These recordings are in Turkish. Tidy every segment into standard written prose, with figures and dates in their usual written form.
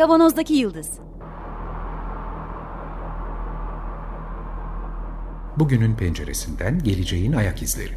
Kavanozdaki Yıldız. Bugünün penceresinden geleceğin ayak izleri.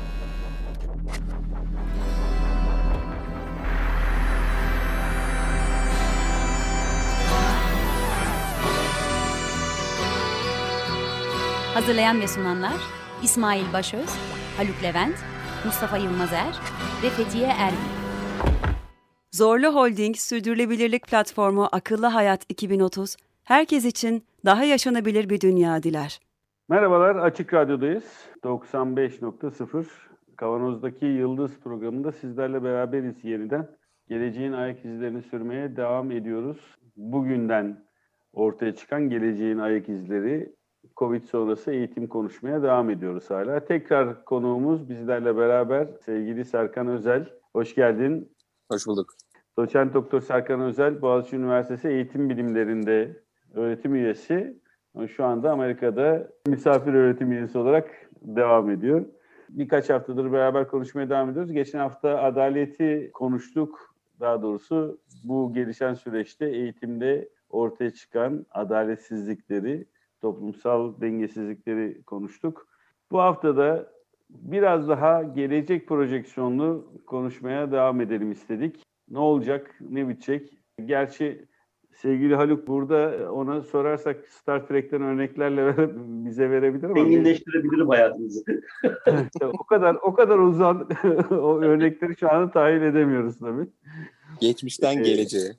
Hazırlayan ve sunanlar İsmail Başöz, Haluk Levent, Mustafa Yılmazer ve Fethiye Erbil. Zorlu Holding Sürdürülebilirlik Platformu Akıllı Hayat 2030, herkes için daha yaşanabilir bir dünya diler. Merhabalar, Açık Radyo'dayız. 95.0 Kavanoz'daki Yıldız programında sizlerle beraberiz yeniden. Geleceğin ayak izlerini sürmeye devam ediyoruz. Bugünden ortaya çıkan geleceğin ayak izleri, Covid sonrası eğitim konuşmaya devam ediyoruz hala. Tekrar konuğumuz bizlerle beraber sevgili Serkan Özel. Hoş geldin. Hoş bulduk. Doçent Doktor Serkan Özel, Boğaziçi Üniversitesi Eğitim Bilimlerinde öğretim üyesi. Şu anda Amerika'da misafir öğretim üyesi olarak devam ediyor. Birkaç haftadır beraber konuşmaya devam ediyoruz. Geçen hafta adaleti konuştuk. Daha doğrusu bu gelişen süreçte eğitimde ortaya çıkan adaletsizlikleri, toplumsal dengesizlikleri konuştuk. Bu hafta da biraz daha gelecek projeksiyonlu konuşmaya devam edelim istedik. Ne olacak, ne bitecek? Gerçi sevgili Haluk burada, ona sorarsak Star Trek'ten örneklerle bize verebilir ama zenginleştirebilirim hayatınızı. o kadar uzun o örnekleri şu anda tahayyül edemiyoruz tabii. Geçmişten geleceğe.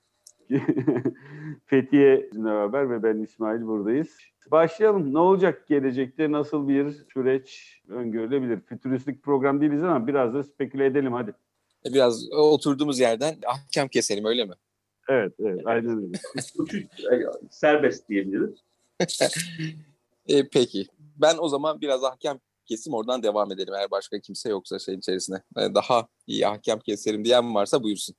Fethiye bizimle beraber ve ben İsmail buradayız. Başlayalım. Ne olacak gelecekte? Nasıl bir süreç öngörülebilir? Fütüristik program değiliz ama biraz da speküle edelim hadi. Biraz oturduğumuz yerden ahkam keselim, öyle mi? Evet, aynen öyle. Serbest diyebiliriz. Peki. Ben o zaman biraz ahkam kesim, oradan devam edelim. Eğer başka kimse yoksa şeyin içerisine. Daha iyi ahkam keselim diyen varsa buyursun.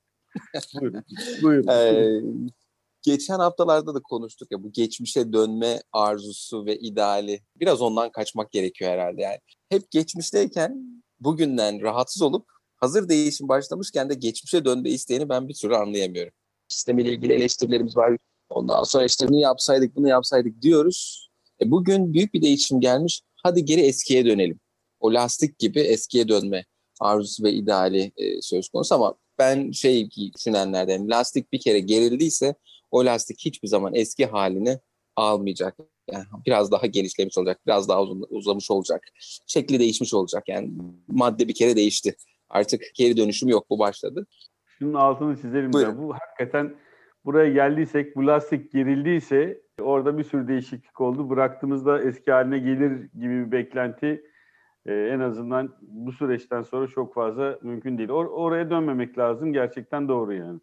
Buyurun. Geçen haftalarda da konuştuk ya, bu geçmişe dönme arzusu ve ideali. Biraz ondan kaçmak gerekiyor herhalde yani. Hep geçmişteyken bugünden rahatsız olup hazır değişim başlamışken de geçmişe dönme isteğini ben bir türlü anlayamıyorum. Sistemiyle ilgili eleştirilerimiz var. Ondan sonra işte bunu yapsaydık diyoruz. Bugün büyük bir değişim gelmiş. Hadi geri eskiye dönelim. O lastik gibi eskiye dönme arzusu ve ideali söz konusu ama ben düşünenlerden, lastik bir kere gerildiyse o lastik hiçbir zaman eski halini almayacak. Yani biraz daha genişlemiş olacak, biraz daha uzamış olacak. Şekli değişmiş olacak. Yani madde bir kere değişti. Artık geri dönüşüm yok, bu başladı. Şunun altını çizelim de, bu hakikaten buraya geldiysek, bu lastik gerildiyse orada bir sürü değişiklik oldu. Bıraktığımızda eski haline gelir gibi bir beklenti en azından bu süreçten sonra çok fazla mümkün değil. Oraya dönmemek lazım. Gerçekten doğru yani.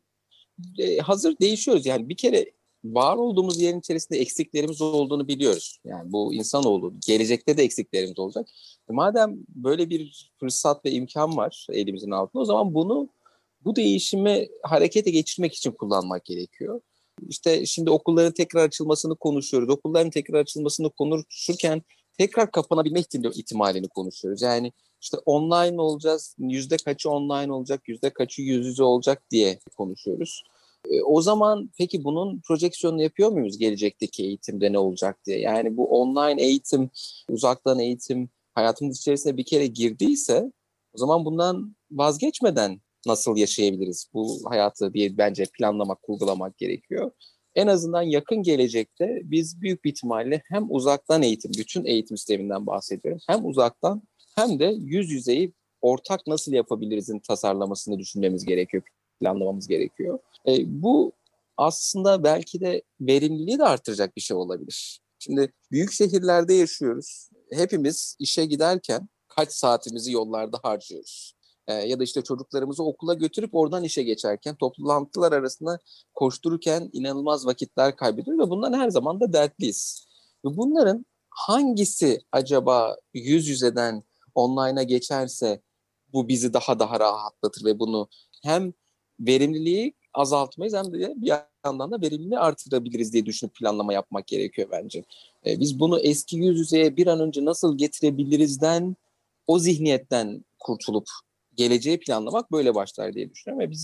Hazır değişiyoruz. Yani bir kere var olduğumuz yerin içerisinde eksiklerimiz olduğunu biliyoruz. Yani bu insanoğlu, gelecekte de eksiklerimiz olacak. Madem böyle bir fırsat ve imkan var elimizin altında, o zaman bu değişimi harekete geçirmek için kullanmak gerekiyor. İşte şimdi okulların tekrar açılmasını konuşuyoruz. Okulların tekrar açılmasını konuşurken tekrar kapanabilme ihtimalini konuşuyoruz. Yani işte online olacağız, yüzde kaçı online olacak, yüzde kaçı yüz yüze olacak diye konuşuyoruz. O zaman peki bunun projeksiyonunu yapıyor muyuz gelecekteki eğitimde ne olacak diye? Yani bu online eğitim, uzaktan eğitim hayatımız içerisine bir kere girdiyse o zaman bundan vazgeçmeden nasıl yaşayabiliriz bu hayatı diye bence planlamak, kurgulamak gerekiyor. En azından yakın gelecekte biz büyük bir ihtimalle hem uzaktan eğitim, bütün eğitim sisteminden bahsediyorum, hem uzaktan hem de yüz yüzeyi ortak nasıl yapabilirizin tasarlamasını düşünmemiz gerekiyor, planlamamız gerekiyor. Bu aslında belki de verimliliği de artıracak bir şey olabilir. Şimdi büyük şehirlerde yaşıyoruz. Hepimiz işe giderken kaç saatimizi yollarda harcıyoruz. Ya da işte çocuklarımızı okula götürüp oradan işe geçerken, toplantılar arasında koştururken inanılmaz vakitler kaybediyoruz ve bundan her zaman da dertliyiz. Ve bunların hangisi acaba yüz yüzeden online'a geçerse bu bizi daha rahatlatır ve bunu hem verimliliği azaltmayız hem de bir yandan da verimliliği artırabiliriz diye düşünüp planlama yapmak gerekiyor bence. Biz bunu eski yüz yüzeye bir an önce nasıl getirebilirizden, o zihniyetten kurtulup geleceği planlamak böyle başlar diye düşünüyorum. Ve biz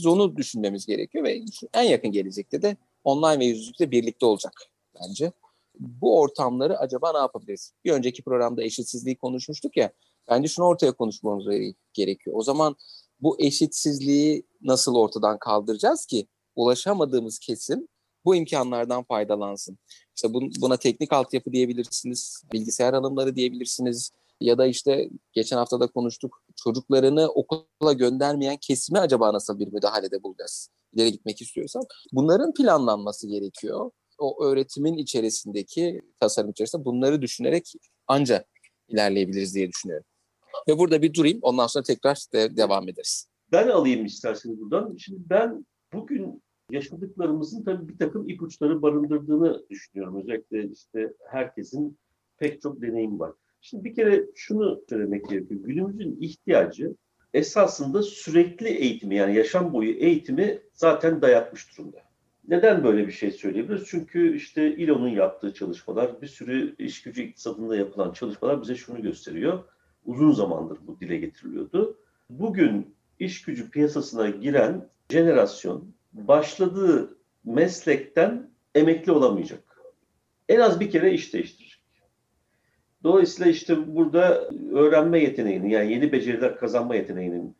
Biz onu düşünmemiz gerekiyor ve en yakın gelecekte de online ve yüz yüze birlikte olacak bence. Bu ortamları acaba ne yapabiliriz? Bir önceki programda eşitsizliği konuşmuştuk ya. Bence şunu ortaya konuşmamız gerekiyor. O zaman bu eşitsizliği nasıl ortadan kaldıracağız ki ulaşamadığımız kesim bu imkanlardan faydalansın? İşte buna teknik altyapı diyebilirsiniz, bilgisayar alımları diyebilirsiniz ya da işte geçen hafta da konuştuk, çocuklarını okula göndermeyen kesime acaba nasıl bir müdahalede bulacağız? İleri gitmek istiyorsak bunların planlanması gerekiyor. O öğretimin içerisindeki, tasarım içerisinde bunları düşünerek ancak ilerleyebiliriz diye düşünüyorum. Ve burada bir durayım, ondan sonra tekrar devam ederiz. Ben alayım isterseniz buradan. Şimdi ben bugün yaşadıklarımızın tabii bir takım ipuçları barındırdığını düşünüyorum. Özellikle işte herkesin pek çok deneyim var. Şimdi bir kere şunu söylemek gerekiyor. Günümüzün ihtiyacı esasında sürekli eğitimi, yani yaşam boyu eğitimi zaten dayatmış durumda. Neden böyle bir şey söyleyebiliriz? Çünkü işte İLO'nun yaptığı çalışmalar, bir sürü iş gücü iktisadında yapılan çalışmalar bize şunu gösteriyor. Uzun zamandır bu dile getiriliyordu. Bugün iş gücü piyasasına giren jenerasyon başladığı meslekten emekli olamayacak. En az bir kere iş değiştirecek. Dolayısıyla işte burada öğrenme yeteneğinin, yani yeni beceriler kazanma yeteneğinin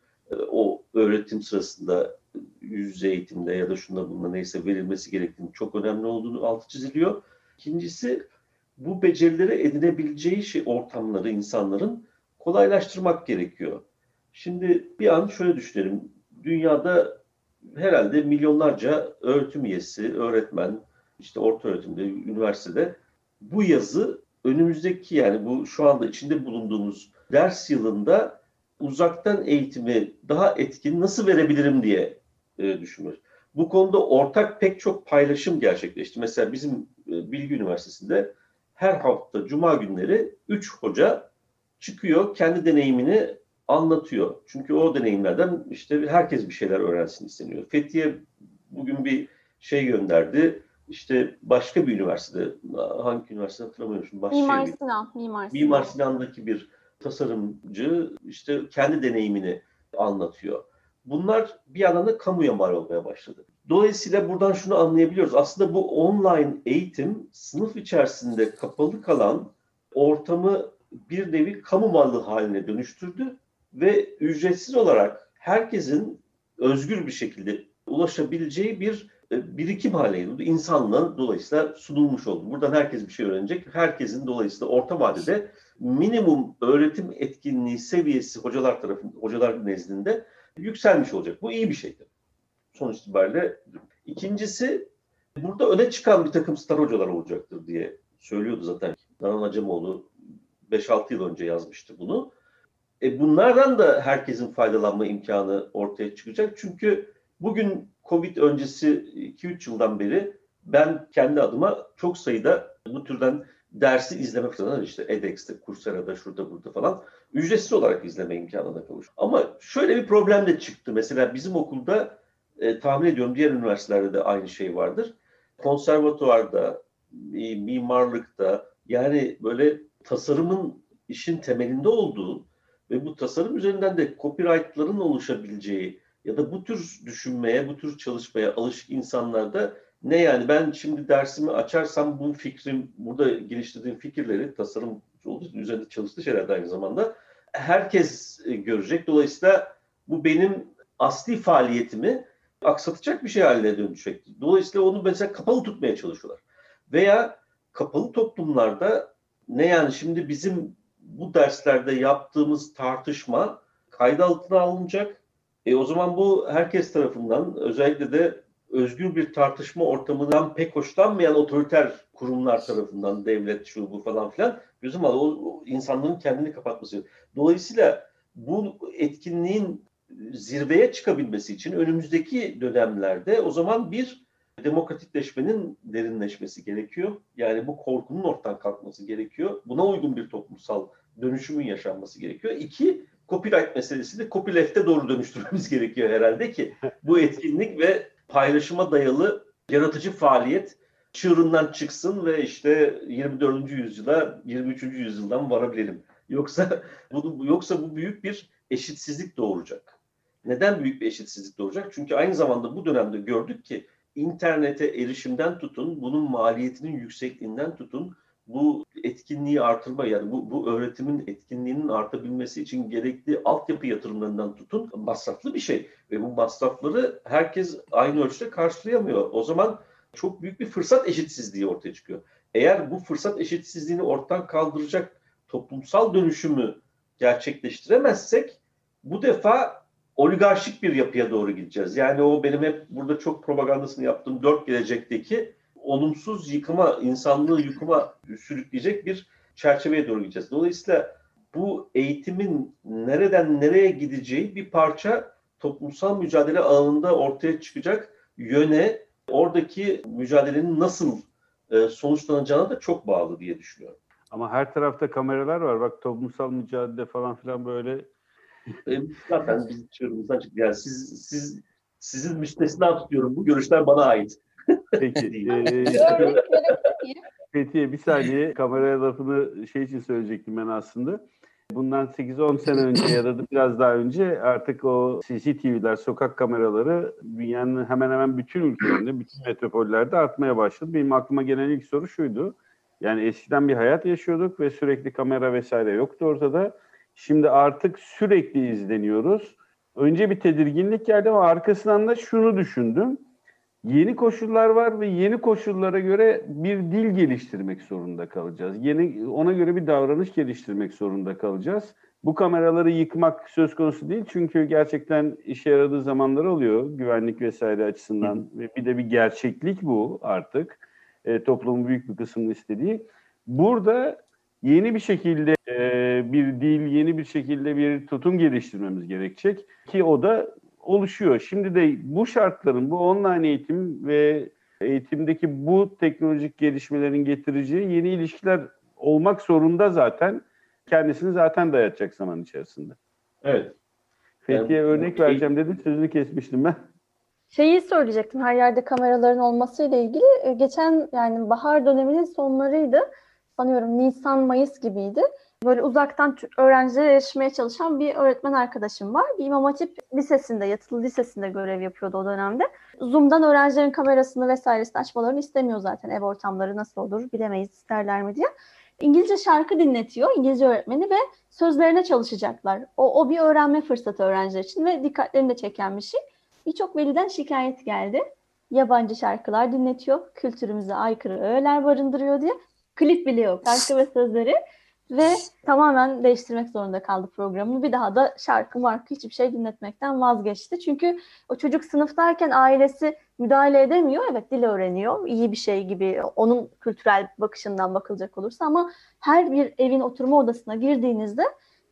o öğretim sırasında yüz yüze eğitimde ya da şunda bunda neyse verilmesi gerektiğini, çok önemli olduğunu altı çiziliyor. İkincisi, bu becerileri edinebileceği ortamları insanların kolaylaştırmak gerekiyor. Şimdi bir an şöyle düşünelim. Dünyada herhalde milyonlarca öğretim üyesi, öğretmen, işte orta öğretimde, üniversitede bu yazı önümüzdeki, yani bu şu anda içinde bulunduğumuz ders yılında uzaktan eğitimi daha etkin nasıl verebilirim diye düşünüyoruz. Bu konuda ortak pek çok paylaşım gerçekleşti. Mesela bizim Bilgi Üniversitesi'nde her hafta Cuma günleri 3 hoca çıkıyor, kendi deneyimini anlatıyor. Çünkü o deneyimlerden işte herkes bir şeyler öğrensin isteniyor. Fethiye bugün bir şey gönderdi. İşte başka bir üniversitede, hangi üniversite hatırlamıyorum. Mimar Sinan'daki bir tasarımcı işte kendi deneyimini anlatıyor. Bunlar bir yandan da kamuya mal olmaya başladı. Dolayısıyla buradan şunu anlayabiliyoruz. Aslında bu online eğitim sınıf içerisinde kapalı kalan ortamı bir nevi kamu malı haline dönüştürdü ve ücretsiz olarak herkesin özgür bir şekilde ulaşabileceği bir birikim haline geldi. İnsanlığın dolayısıyla sunulmuş oldu. Buradan herkes bir şey öğrenecek. Herkesin dolayısıyla orta vadede minimum öğretim etkinliği seviyesi hocalar nezdinde yükselmiş olacak. Bu iyi bir şeydir. Sonuç itibariyle. İkincisi, burada öne çıkan bir takım star hocalar olacaktır diye söylüyordu zaten. Danan Acemoğlu 5-6 yıl önce yazmıştı bunu. Bunlardan da herkesin faydalanma imkanı ortaya çıkacak. Çünkü bugün Covid öncesi 2-3 yıldan beri ben kendi adıma çok sayıda bu türden dersi izleme fırsatı, işte edX'te, Coursera'da, şurada burada falan ücretsiz olarak izleme imkanına kavuştum. Ama şöyle bir problem de çıktı. Mesela bizim okulda tahmin ediyorum diğer üniversitelerde de aynı şey vardır. Konservatuvarda, mimarlıkta, yani böyle tasarımın işin temelinde olduğu ve bu tasarım üzerinden de copyright'ların oluşabileceği ya da bu tür düşünmeye, bu tür çalışmaya alışık insanlarda ne, yani ben şimdi dersimi açarsam bu fikrim, burada geliştirdiğim fikirleri, tasarım üzerinde çalıştığı şeyler de aynı zamanda herkes görecek. Dolayısıyla bu benim asli faaliyetimi aksatacak bir şey haline dönüşecek. Dolayısıyla onu mesela kapalı tutmaya çalışıyorlar. Veya kapalı toplumlarda ne, yani şimdi bizim bu derslerde yaptığımız tartışma kayda altına alınacak. O zaman bu herkes tarafından, özellikle de özgür bir tartışma ortamından pek hoşlanmayan otoriter kurumlar tarafından, devlet, şu bu falan filan, gözüm alıyor. O insanların kendini kapatması. Dolayısıyla bu etkinliğin zirveye çıkabilmesi için önümüzdeki dönemlerde o zaman bir demokratikleşmenin derinleşmesi gerekiyor. Yani bu korkunun ortadan kalkması gerekiyor. Buna uygun bir toplumsal dönüşümün yaşanması gerekiyor. 2, copyright meselesini copyleft'e doğru dönüştürmemiz gerekiyor herhalde ki bu etkinlik ve paylaşıma dayalı yaratıcı faaliyet çığırından çıksın ve işte 24. yüzyıla 23. yüzyıldan varabilelim. Yoksa bu büyük bir eşitsizlik doğuracak. Neden büyük bir eşitsizlik doğacak? Çünkü aynı zamanda bu dönemde gördük ki internete erişimden tutun, bunun maliyetinin yüksekliğinden tutun, bu etkinliği artırma, yani bu öğretimin etkinliğinin artabilmesi için gerekli altyapı yatırımlarından tutun, masraflı bir şey. Ve bu masrafları herkes aynı ölçüde karşılayamıyor. O zaman çok büyük bir fırsat eşitsizliği ortaya çıkıyor. Eğer bu fırsat eşitsizliğini ortadan kaldıracak toplumsal dönüşümü gerçekleştiremezsek, bu defa oligarşik bir yapıya doğru gideceğiz. Yani o benim hep burada çok propagandasını yaptığım 4 gelecekteki olumsuz yıkıma, insanlığı yıkıma sürükleyecek bir çerçeveye doğru gideceğiz. Dolayısıyla bu eğitimin nereden nereye gideceği bir parça toplumsal mücadele alanında ortaya çıkacak yöne, oradaki mücadelenin nasıl sonuçlanacağına da çok bağlı diye düşünüyorum. Ama her tarafta kameralar var. Bak, toplumsal mücadele falan filan böyle. Zaten biz çığırımızdan çıktık. Yani sizin müstesna tutuyorum. Bu görüşler bana ait. Peki. Fethiye, bir saniye, kameraya lafını şey için söyleyecektim ben aslında. Bundan 8-10 sene önce ya da biraz daha önce artık o CCTV'ler, sokak kameraları dünyanın hemen hemen bütün ülkelerinde, bütün metropollerde artmaya başladı. Benim aklıma gelen ilk soru şuydu. Yani eskiden bir hayat yaşıyorduk ve sürekli kamera vesaire yoktu ortada. Şimdi artık sürekli izleniyoruz. Önce bir tedirginlik geldi ama arkasından da şunu düşündüm. Yeni koşullar var ve yeni koşullara göre bir dil geliştirmek zorunda kalacağız. Ona göre bir davranış geliştirmek zorunda kalacağız. Bu kameraları yıkmak söz konusu değil. Çünkü gerçekten işe yaradığı zamanlar oluyor güvenlik vesaire açısından. Ve bir de bir gerçeklik bu artık. Toplumun büyük bir kısmının istediği. Burada yeni bir şekilde bir dil, yeni bir şekilde bir tutum geliştirmemiz gerekecek. Ki o da oluşuyor. Şimdi de bu şartların, bu online eğitim ve eğitimdeki bu teknolojik gelişmelerin getireceği yeni ilişkiler olmak zorunda zaten. Kendisini zaten dayatacak zaman içerisinde. Evet. Fethiye örnek vereceğim dedim, sözünü kesmiştim ben. Şeyi söyleyecektim, her yerde kameraların olmasıyla ilgili. Geçen yani bahar döneminin sonlarıydı. Sanıyorum Nisan-Mayıs gibiydi. Böyle uzaktan öğrencilere erişmeye çalışan bir öğretmen arkadaşım var. Bir İmam Hatip lisesinde, yatılı lisesinde görev yapıyordu o dönemde. Zoom'dan öğrencilerin kamerasını vesairesini açmalarını istemiyor zaten. Ev ortamları nasıl olur bilemeyiz, isterler mi diye. İngilizce şarkı dinletiyor İngilizce öğretmeni ve sözlerine çalışacaklar. O bir öğrenme fırsatı öğrenciler için ve dikkatlerini de çeken bir şey. Birçok veliden şikayet geldi. Yabancı şarkılar dinletiyor, kültürümüze aykırı öğeler barındırıyor diye. Klip bile yok, şarkı ve sözleri. Ve tamamen değiştirmek zorunda kaldı programını. Bir daha da şarkı marka hiçbir şey dinletmekten vazgeçti. Çünkü o çocuk sınıftayken ailesi müdahale edemiyor. Evet, dil öğreniyor. İyi bir şey gibi onun kültürel bakışından bakılacak olursa ama her bir evin oturma odasına girdiğinizde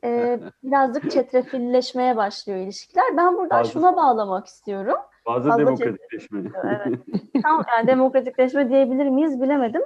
birazcık çetrefilleşmeye başlıyor ilişkiler. Ben buradan şuna bağlamak istiyorum. Fazla demokratikleşme. Evet. Tam yani demokratikleşme diyebilir miyiz bilemedim.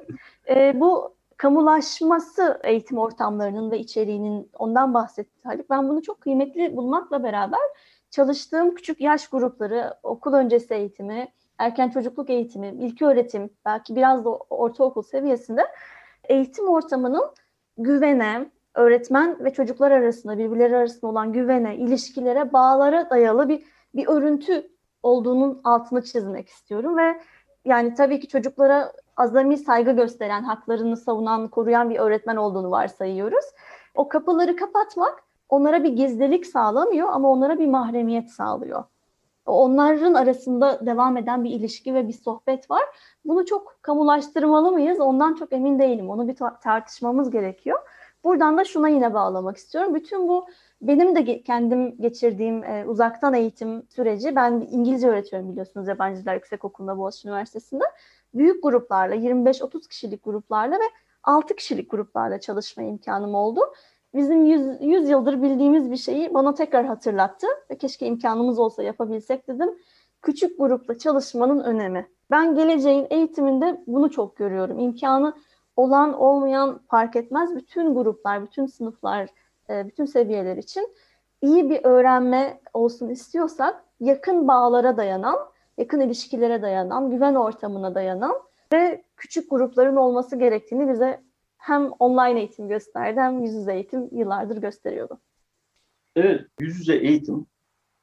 Bu kamulaşması eğitim ortamlarının ve içeriğinin, ondan bahsetti Haluk. Ben bunu çok kıymetli bulmakla beraber çalıştığım küçük yaş grupları, okul öncesi eğitimi, erken çocukluk eğitimi, ilköğretim, belki biraz da ortaokul seviyesinde eğitim ortamının güvene, öğretmen ve çocuklar arasında, birbirleri arasında olan güvene, ilişkilere, bağlara dayalı bir örüntü olduğunun altını çizmek istiyorum ve yani tabii ki çocuklara azami saygı gösteren, haklarını savunan, koruyan bir öğretmen olduğunu varsayıyoruz. O kapıları kapatmak onlara bir gizlilik sağlamıyor ama onlara bir mahremiyet sağlıyor. Onların arasında devam eden bir ilişki ve bir sohbet var. Bunu çok kamulaştırmalı mıyız? Ondan çok emin değilim. Onu bir tartışmamız gerekiyor. Buradan da şuna yine bağlamak istiyorum. Bütün bu benim de kendim geçirdiğim uzaktan eğitim süreci, ben İngilizce öğretiyorum biliyorsunuz Yabancı Diller Yüksekokulu'nda, Boğaziçi Üniversitesi'nde. Büyük gruplarla, 25-30 kişilik gruplarla ve 6 kişilik gruplarla çalışma imkanım oldu. Bizim 100 yıldır bildiğimiz bir şeyi bana tekrar hatırlattı ve keşke imkanımız olsa yapabilsek dedim. Küçük grupla çalışmanın önemi. Ben geleceğin eğitiminde bunu çok görüyorum. İmkanı olan olmayan fark etmez. Bütün gruplar, bütün sınıflar, bütün seviyeler için iyi bir öğrenme olsun istiyorsak yakın bağlara dayanan, yakın ilişkilere dayanan, güven ortamına dayanan ve küçük grupların olması gerektiğini bize hem online eğitim gösterdi hem yüz yüze eğitim yıllardır gösteriyordu. Evet, yüz yüze eğitim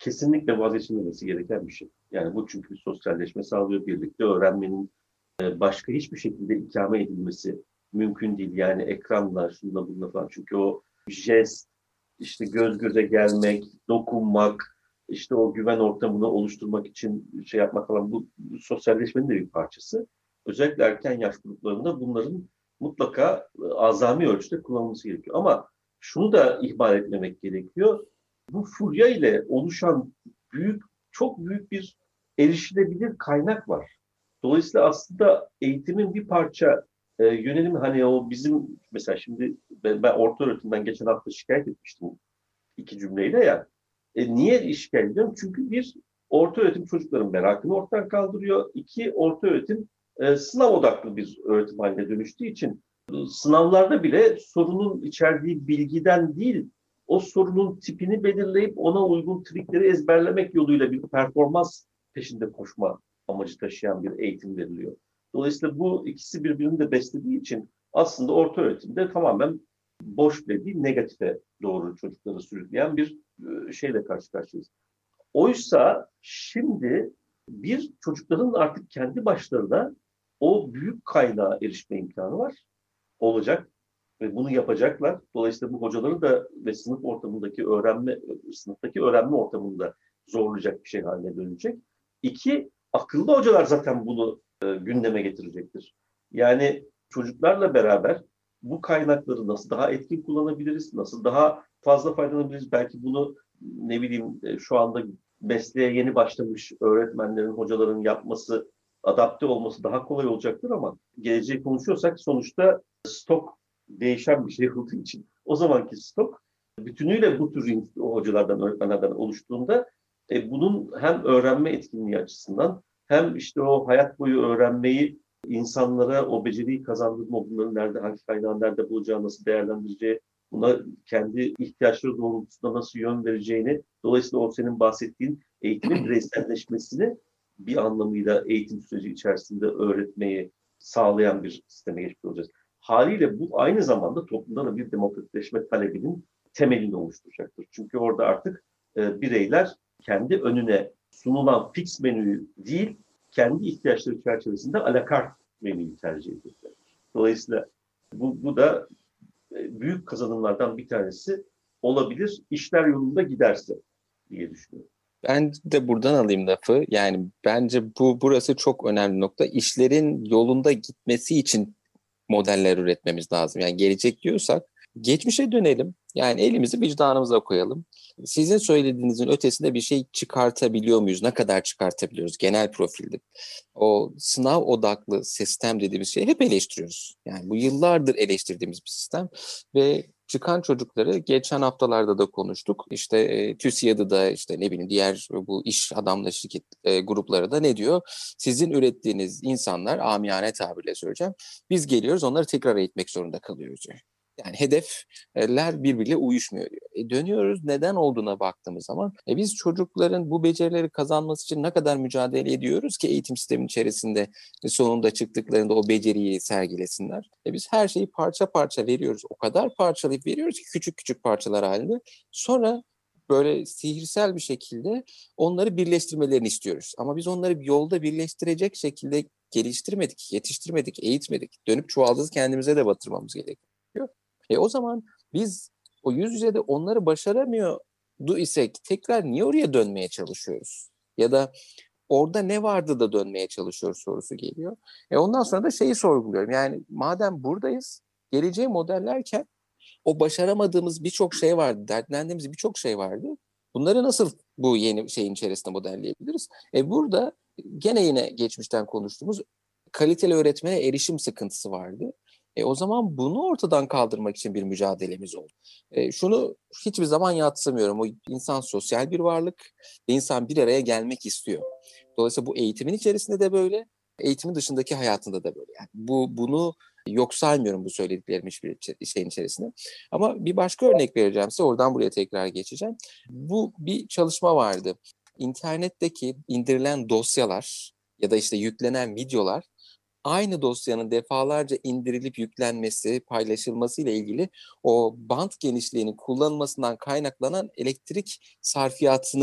kesinlikle vazgeçilmemesi gereken bir şey. Yani bu çünkü sosyalleşme sağlıyor, birlikte öğrenmenin başka hiçbir şekilde ikame edilmesi mümkün değil. Yani ekranla, şununla bununla falan. Çünkü o jest, işte göz göze gelmek, dokunmak, işte o güven ortamını oluşturmak için şey yapmak falan bu sosyalleşmenin de bir parçası. Özellikle erken yaş gruplarında bunların mutlaka azami ölçüde kullanılması gerekiyor. Ama şunu da ihmal etmemek gerekiyor. Bu furya ile oluşan çok büyük bir erişilebilir kaynak var. Dolayısıyla aslında eğitimin bir parça yönelimi hani o bizim mesela şimdi ben orta öğretimden geçen hafta şikayet etmiştim 2 cümleyle ya. Niye şikayet ediyorum? Çünkü bir, orta öğretim çocukların merakını ortadan kaldırıyor. 2, orta öğretim sınav odaklı bir öğretim haline dönüştüğü için sınavlarda bile sorunun içerdiği bilgiden değil, o sorunun tipini belirleyip ona uygun trikleri ezberlemek yoluyla bir performans peşinde koşma amacı taşıyan bir eğitim veriliyor. Dolayısıyla bu ikisi birbirini de beslediği için aslında orta öğretimde tamamen boş bile değil, negatife doğru çocukları sürükleyen bir şeyle karşı karşıyayız. Oysa şimdi çocukların artık kendi başlarına o büyük kaynağa erişme imkanı olacak ve bunu yapacaklar. Dolayısıyla bu hocaları da ve sınıftaki öğrenme ortamında zorlayacak bir şey haline dönecek. 2, akıllı hocalar zaten bunu gündeme getirecektir. Yani çocuklarla beraber bu kaynakları nasıl daha etkin kullanabiliriz, nasıl daha fazla faydalanabiliriz? Belki bunu ne bileyim şu anda mesleğe yeni başlamış öğretmenlerin, hocaların yapması, adapte olması daha kolay olacaktır ama geleceği konuşuyorsak sonuçta stok değişen bir şey olduğu için o zamanki stok bütünüyle bu tür hocalardan, öğretmenlerden oluştuğunda bunun hem öğrenme etkinliği açısından hem işte o hayat boyu öğrenmeyi insanlara o beceriyi kazandırma, bunların nerede, hangi kaynağı nerede bulacağı, nasıl değerlendireceği, buna kendi ihtiyaçları doğrultusunda nasıl yön vereceğini, dolayısıyla o senin bahsettiğin eğitimin bireyselleşmesini bir anlamıyla eğitim süreci içerisinde öğretmeyi sağlayan bir sisteme geçmiş olacağız. Haliyle bu aynı zamanda toplumda da bir demokratikleşme talebinin temelini oluşturacaktır. Çünkü orada artık bireyler kendi önüne sunulan fix menüyü değil, kendi ihtiyaçları çerçevesinde à la carte menüyü tercih edecekler. Dolayısıyla bu da büyük kazanımlardan bir tanesi olabilir. İşler yolunda giderse diye düşünüyorum. Ben de buradan alayım lafı. Yani bence burası çok önemli nokta. İşlerin yolunda gitmesi için modeller üretmemiz lazım. Yani gelecek diyorsak geçmişe dönelim. Yani elimizi vicdanımıza koyalım. Sizin söylediğinizin ötesinde bir şey çıkartabiliyor muyuz? Ne kadar çıkartabiliyoruz genel profilde? O sınav odaklı sistem dediğimiz şeyi hep eleştiriyoruz. Yani bu yıllardır eleştirdiğimiz bir sistem ve çıkan çocukları geçen haftalarda da konuştuk. İşte TÜSİAD'ı da işte ne bileyim diğer bu iş adamları şirket grupları da ne diyor? Sizin ürettiğiniz insanlar, amiyane tabirle söyleyeceğim, biz geliyoruz onları tekrar eğitmek zorunda kalıyoruz diyor. Yani hedefler birbiriyle uyuşmuyor diyor. Dönüyoruz neden olduğuna baktığımız zaman biz çocukların bu becerileri kazanması için ne kadar mücadele ediyoruz ki eğitim sistemin içerisinde sonunda çıktıklarında o beceriyi sergilesinler. Biz her şeyi parça parça veriyoruz. O kadar parçalayıp veriyoruz ki küçük küçük parçalar halinde. Sonra böyle sihirsel bir şekilde onları birleştirmelerini istiyoruz. Ama biz onları bir yolda birleştirecek şekilde geliştirmedik, yetiştirmedik, eğitmedik. Dönüp çuvaldızı kendimize de batırmamız gerekiyor. O zaman biz o yüz yüze de onları başaramıyordu isek tekrar niye oraya dönmeye çalışıyoruz? Ya da orada ne vardı da dönmeye çalışıyoruz sorusu geliyor. Ondan sonra da şeyi sorguluyorum. Yani madem buradayız, geleceği modellerken o başaramadığımız birçok şey vardı, dertlendiğimiz birçok şey vardı. Bunları nasıl bu yeni şeyin içerisinde modelleyebiliriz? Burada yine geçmişten konuştuğumuz kaliteli öğretmene erişim sıkıntısı vardı. O zaman bunu ortadan kaldırmak için bir mücadelemiz oldu. Şunu hiçbir zaman yadsımıyorum. O insan sosyal bir varlık ve insan bir araya gelmek istiyor. Dolayısıyla bu eğitimin içerisinde de böyle, eğitimin dışındaki hayatında da böyle. Yani bunu yok saymıyorum bu söylediklerim hiçbir şeyin içerisinde. Ama bir başka örnek vereceğim size. Oradan buraya tekrar geçeceğim. Bu bir çalışma vardı. İnternetteki indirilen dosyalar ya da işte yüklenen videolar aynı dosyanın defalarca indirilip yüklenmesi, paylaşılması ile ilgili o bant genişliğinin kullanılmasından kaynaklanan elektrik sarfiyatını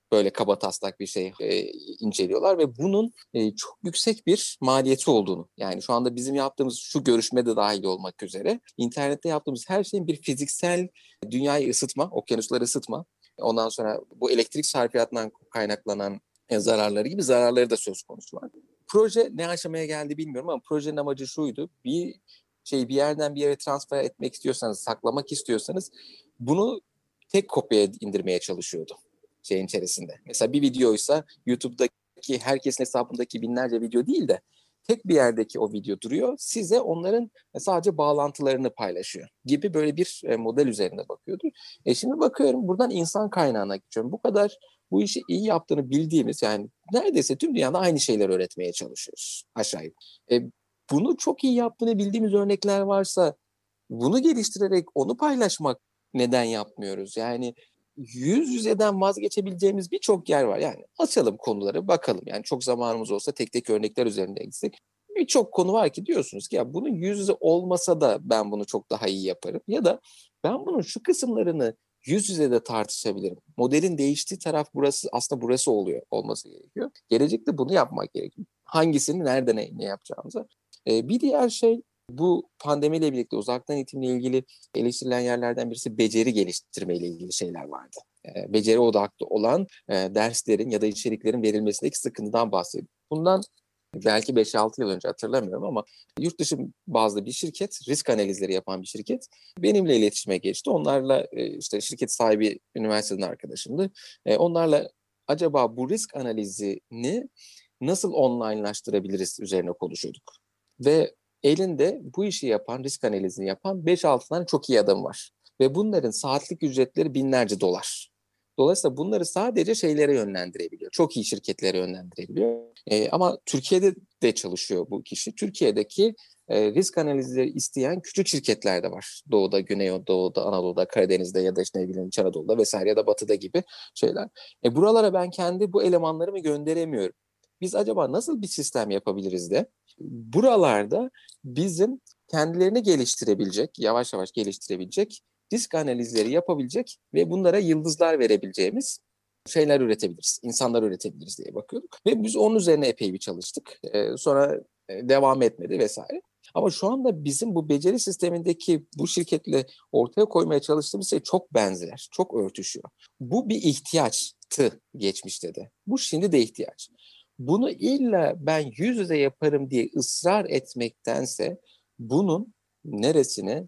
böyle kabataslak bir şey inceliyorlar ve bunun çok yüksek bir maliyeti olduğunu, yani şu anda bizim yaptığımız şu görüşmede dahil olmak üzere internette yaptığımız her şeyin bir fiziksel dünyayı ısıtma, okyanusları ısıtma, ondan sonra bu elektrik sarfiyatından kaynaklanan zararları gibi zararları da söz konusu var. Proje ne aşamaya geldi bilmiyorum ama projenin amacı şuydu: bir yerden bir yere transfer etmek istiyorsanız, saklamak istiyorsanız bunu tek kopyaya indirmeye çalışıyordu şeyin içerisinde. Mesela bir videoysa YouTube'daki herkesin hesabındaki binlerce video değil de tek bir yerdeki o video duruyor. Size onların sadece bağlantılarını paylaşıyor gibi böyle bir model üzerinde bakıyordu. Şimdi bakıyorum buradan insan kaynağına geçiyorum. Bu kadar bu işi iyi yaptığını bildiğimiz, yani neredeyse tüm dünyada aynı şeyler öğretmeye çalışıyoruz aşağı yukarı. Bunu çok iyi yaptığını bildiğimiz örnekler varsa bunu geliştirerek onu paylaşmak neden yapmıyoruz? Yani yüz yüzeden vazgeçebileceğimiz birçok yer var. Yani açalım konuları, bakalım. Yani çok zamanımız olsa tek tek örnekler üzerinde gitsek. Birçok konu var ki diyorsunuz ki ya bunun yüz yüze olmasa da ben bunu çok daha iyi yaparım. Ya da ben bunun şu kısımlarını yüz yüze de tartışabilirim. Modelin değiştiği taraf burası, aslında burası olması gerekiyor. Gelecekte bunu yapmak gerekiyor. Hangisini, nerede ne yapacağımıza. Bir diğer şey, bu pandemiyle birlikte uzaktan eğitimle ilgili eleştirilen yerlerden birisi beceri geliştirme ile ilgili şeyler vardı. Beceri odaklı olan derslerin ya da içeriklerin verilmesindeki sıkıntıdan bahsediyor. Bundan belki 5-6 yıl önce, hatırlamıyorum ama yurt dışı bazlı bir şirket, risk analizleri yapan bir şirket benimle iletişime geçti. Onlarla işte şirket sahibi üniversiteden arkadaşımdı. Onlarla acaba bu risk analizini nasıl onlinelaştırabiliriz üzerine konuşuyorduk. Ve elinde bu işi yapan, risk analizini yapan 5-6 tane çok iyi adam var. Ve bunların saatlik ücretleri binlerce dolar. Dolayısıyla bunları sadece şeylere yönlendirebiliyor. Çok iyi şirketlere yönlendirebiliyor. Ama Türkiye'de de çalışıyor bu kişi. Türkiye'deki risk analizleri isteyen küçük şirketler de var. Doğu'da, Güneydoğu'da, Anadolu'da, Karadeniz'de ya da işte ne bileyim İç Anadolu'da vesaire ya da Batı'da gibi şeyler. Buralara ben kendi bu elemanlarımı gönderemiyorum. Biz acaba nasıl bir sistem yapabiliriz de buralarda bizim kendilerini geliştirebilecek, yavaş yavaş geliştirebilecek, risk analizleri yapabilecek ve bunlara yıldızlar verebileceğimiz şeyler üretebiliriz, insanlar üretebiliriz diye bakıyorduk. Ve biz onun üzerine epey bir çalıştık. Sonra devam etmedi vesaire. Ama şu anda bizim bu beceri sistemindeki bu şirketle ortaya koymaya çalıştığımız şey çok benzer, çok örtüşüyor. Bu bir ihtiyaçtı geçmişte de. Bu şimdi de ihtiyaç. Bunu illa ben yüz yüze yaparım diye ısrar etmektense bunun neresini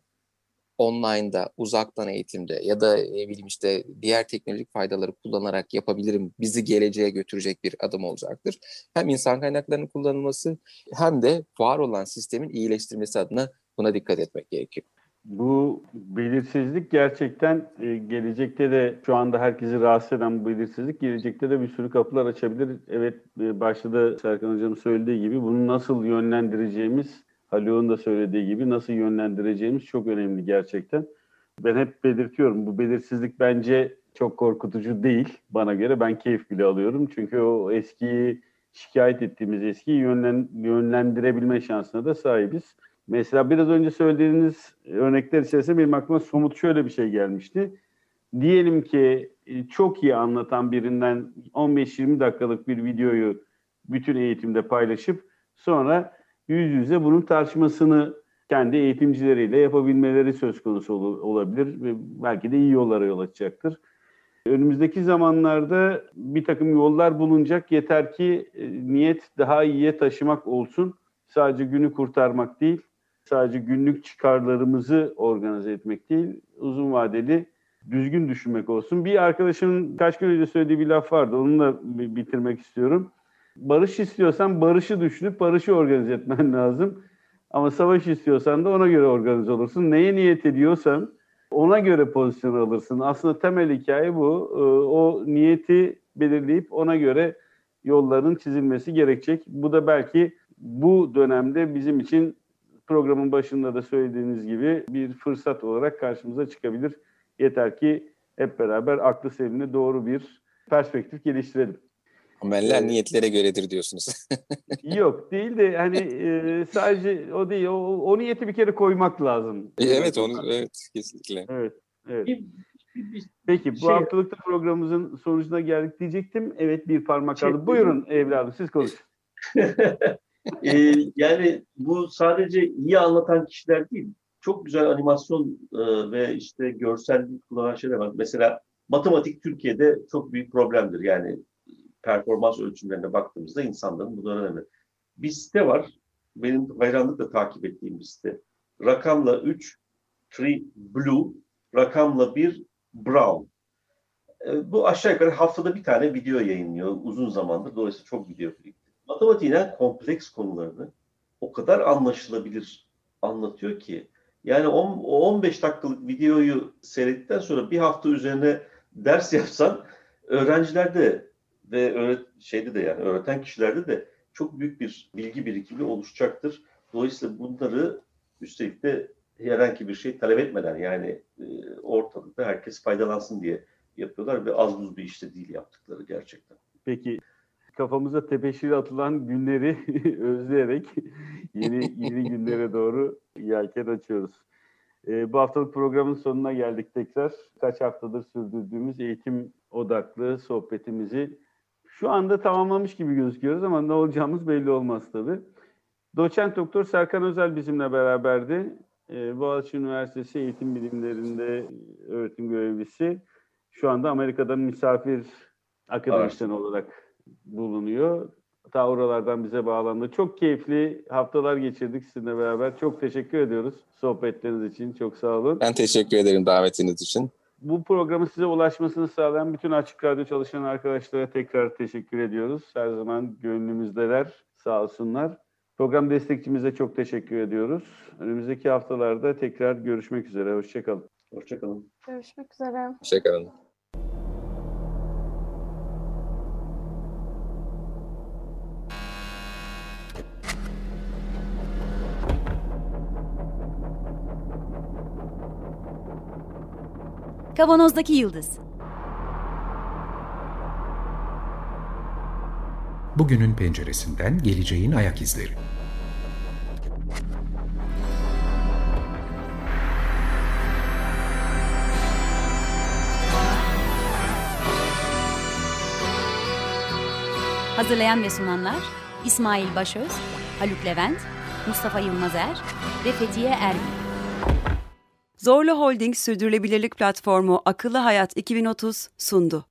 online'da, uzaktan eğitimde ya da ne bileyim işte diğer teknolojik faydaları kullanarak yapabilirim, bizi geleceğe götürecek bir adım olacaktır. Hem insan kaynaklarının kullanılması hem de var olan sistemin iyileştirmesi adına buna dikkat etmek gerekiyor. Bu belirsizlik gerçekten gelecekte de şu anda herkesi rahatsız eden bu belirsizlik gelecekte de bir sürü kapılar açabilir. Evet, başta da Serkan Hocam'ın söylediği gibi bunu nasıl yönlendireceğimiz, Haluk'un da söylediği gibi nasıl yönlendireceğimiz çok önemli gerçekten. Ben hep belirtiyorum, bu belirsizlik bence çok korkutucu değil bana göre. Ben keyif bile alıyorum çünkü o eskiyi, şikayet ettiğimiz eskiyi yönlendirebilme şansına da sahibiz. Mesela biraz önce söylediğiniz örnekler içerisinde benim aklıma somut şöyle bir şey gelmişti. Diyelim ki çok iyi anlatan birinden 15-20 dakikalık bir videoyu bütün eğitimde paylaşıp sonra yüz yüze bunun tartışmasını kendi eğitimcileriyle yapabilmeleri söz konusu olabilir ve belki de iyi yollara yol açacaktır. Önümüzdeki zamanlarda bir takım yollar bulunacak. Yeter ki niyet daha iyiye taşımak olsun. Sadece günü kurtarmak değil, sadece günlük çıkarlarımızı organize etmek değil, uzun vadeli düzgün düşünmek olsun. Bir arkadaşımın kaç gün önce söylediği bir laf vardı, onunla bitirmek istiyorum. Barış istiyorsan barışı düşünüp barışı organize etmen lazım. Ama savaş istiyorsan da ona göre organize olursun. Neye niyet ediyorsan ona göre pozisyon alırsın. Aslında temel hikaye bu. O niyeti belirleyip ona göre yolların çizilmesi gerekecek. Bu da belki bu dönemde bizim için programın başında da söylediğiniz gibi bir fırsat olarak karşımıza çıkabilir. Yeter ki hep beraber aklı selimle doğru bir perspektif geliştirelim. Ameller niyetlere göredir diyorsunuz. Yok değil de hani sadece o değil. O niyeti bir kere koymak lazım. Evet, evet, kesinlikle. Evet. Peki bu haftalıkta programımızın sonucuna geldik diyecektim. Evet, bir parmak kaldı. Buyurun evladım, siz konuşun. Yani bu sadece iyi anlatan kişiler değil, çok güzel animasyon ve işte görsellik kullanan şeyler var. Mesela matematik Türkiye'de çok büyük problemdir. Yani performans ölçümlerine baktığımızda insanların bu da önemli. Bir site var, benim hayranlıkla takip ettiğim bir site. Rakamla 3, Blue, rakamla 1, Brown. Bu aşağı yukarı haftada bir tane video yayınlıyor uzun zamandır. Dolayısıyla çok video birikti. Matematiğin kompleks konularını o kadar anlaşılabilir anlatıyor ki. Yani o 15 dakikalık videoyu seyrettikten sonra bir hafta üzerine ders yapsan öğrencilerde ve öğreten kişilerde de çok büyük bir bilgi birikimi oluşacaktır. Dolayısıyla bunları üstelik de herhangi bir şey talep etmeden, yani ortalıkta herkes faydalansın diye yapıyorlar ve az buz bir işte değil yaptıkları gerçekten. Peki kafamıza tebeşir atılan günleri özleyerek yeni günlere doğru yelken açıyoruz. Bu haftalık programın sonuna geldik tekrar. Kaç haftadır sürdürdüğümüz eğitim odaklı sohbetimizi şu anda tamamlamış gibi gözüküyoruz ama ne olacağımız belli olmaz tabii. Doçent Doktor Serkan Özel bizimle beraberdi. Boğaziçi Üniversitesi Eğitim Bilimlerinde öğretim görevlisi. Şu anda Amerika'da misafir akademisyen olarak bulunuyor. Ta oralardan bize bağlandı. Çok keyifli haftalar geçirdik sizinle beraber. Çok teşekkür ediyoruz sohbetleriniz için. Çok sağ olun. Ben teşekkür ederim davetiniz için. Bu programın size ulaşmasını sağlayan bütün Açık Radyo çalışan arkadaşlara tekrar teşekkür ediyoruz. Her zaman gönlümüzdeler. Sağ olsunlar. Program destekçimize çok teşekkür ediyoruz. Önümüzdeki haftalarda tekrar görüşmek üzere. Hoşçakalın. Hoşçakalın. Görüşmek üzere. Hoşçakalın. Kavanozdaki Yıldız. Bugünün penceresinden geleceğin ayak izleri. Hazırlayan ve sunanlar İsmail Başöz, Haluk Levent, Mustafa Yılmazer ve Fethiye Erbil. Zorlu Holding Sürdürülebilirlik Platformu Akıllı Hayat 2030 sundu.